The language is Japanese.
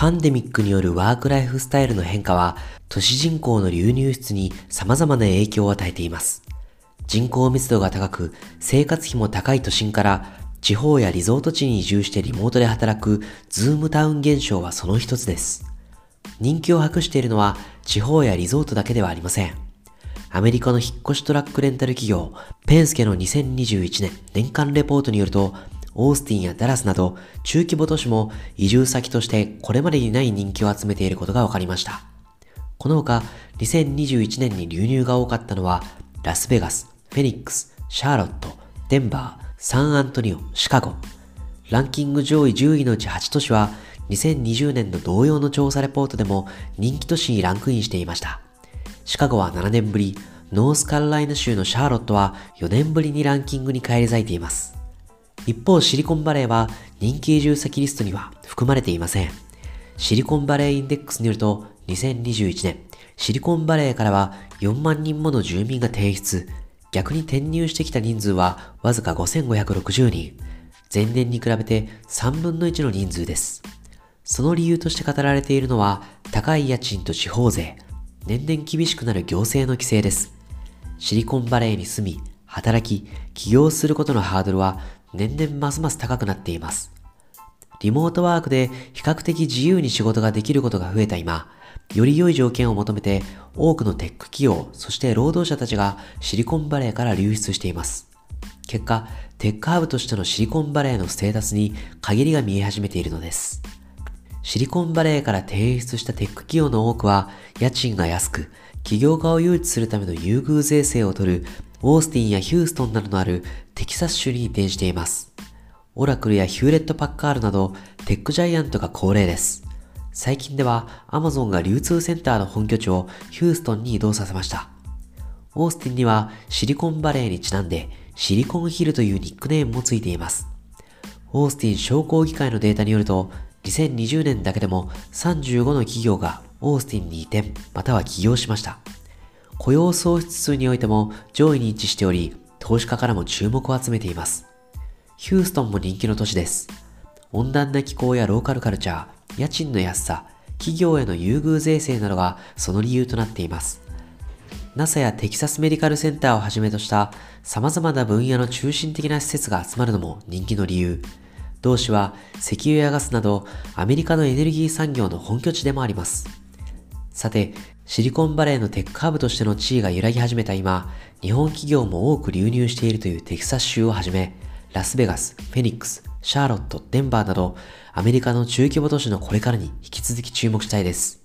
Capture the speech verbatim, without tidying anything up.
パンデミックによるワークライフスタイルの変化は、都市人口の流入出に様々な影響を与えています。人口密度が高く、生活費も高い都心から、地方やリゾート地に移住してリモートで働くズームタウン現象はその一つです。人気を博しているのは地方やリゾートだけではありません。アメリカの引っ越しトラックレンタル企業、ペンスケのにせんにじゅういちねん年間レポートによると、オースティンやダラスなど中規模都市も移住先としてこれまでにない人気を集めていることが分かりました。このほか、にせんにじゅういちねんに流入が多かったのは、ラスベガス、フェニックス、シャーロット、デンバー、サンアントニオ、シカゴ。ランキング上位じゅういのうちはち都市は、にせんにじゅうねんの同様の調査レポートでも人気都市にランクインしていました。シカゴはななねんぶり、ノースカロライナ州のシャーロットはよねんぶりにランキングに返り咲いています。一方、シリコンバレーは人気移住先リストには含まれていません。シリコンバレーインデックスによると、にせんにじゅういちねん、シリコンバレーからはよんまんにんもの住民が転出、逆に転入してきた人数はわずかごせんごひゃくろくじゅうにん、前年に比べてさんぶんのいちの人数です。その理由として語られているのは、高い家賃と地方税、年々厳しくなる行政の規制です。シリコンバレーに住み、働き、起業することのハードルは年々ますます高くなっています。リモートワークで比較的自由に仕事ができることが増えた今、より良い条件を求めて多くのテック企業、そして労働者たちがシリコンバレーから流出しています。結果、テックハブとしてのシリコンバレーのステータスに陰りが見え始めているのです。シリコンバレーから転出したテック企業の多くは、家賃が安く、起業家を誘致するための優遇税制を取るオースティンやヒューストンなどのあるテキサス州に移転しています。オラクルやヒューレット・パッカールなどテックジャイアントが高齢です。最近ではアマゾンが流通センターの本拠地をヒューストンに移動させました。オースティンにはシリコンバレーにちなんでシリコンヒルというニックネームもついています。オースティン商工議会のデータによると、にせんにじゅうねんだけでもさんじゅうごの企業がオースティンに移転または起業しました。雇用創出数においても上位に位置しており、投資家からも注目を集めています。ヒューストンも人気の都市です。温暖な気候やローカルカルチャー、家賃の安さ、企業への優遇税制などがその理由となっています。ナサ やテキサスメディカルセンターをはじめとした様々な分野の中心的な施設が集まるのも人気の理由。同市は石油やガスなどアメリカのエネルギー産業の本拠地でもあります。さて、シリコンバレーのテックハブとしての地位が揺らぎ始めた今、日本企業も多く流入しているというテキサス州をはじめ、ラスベガス、フェニックス、シャーロット、デンバーなどアメリカの中規模都市のこれからに引き続き注目したいです。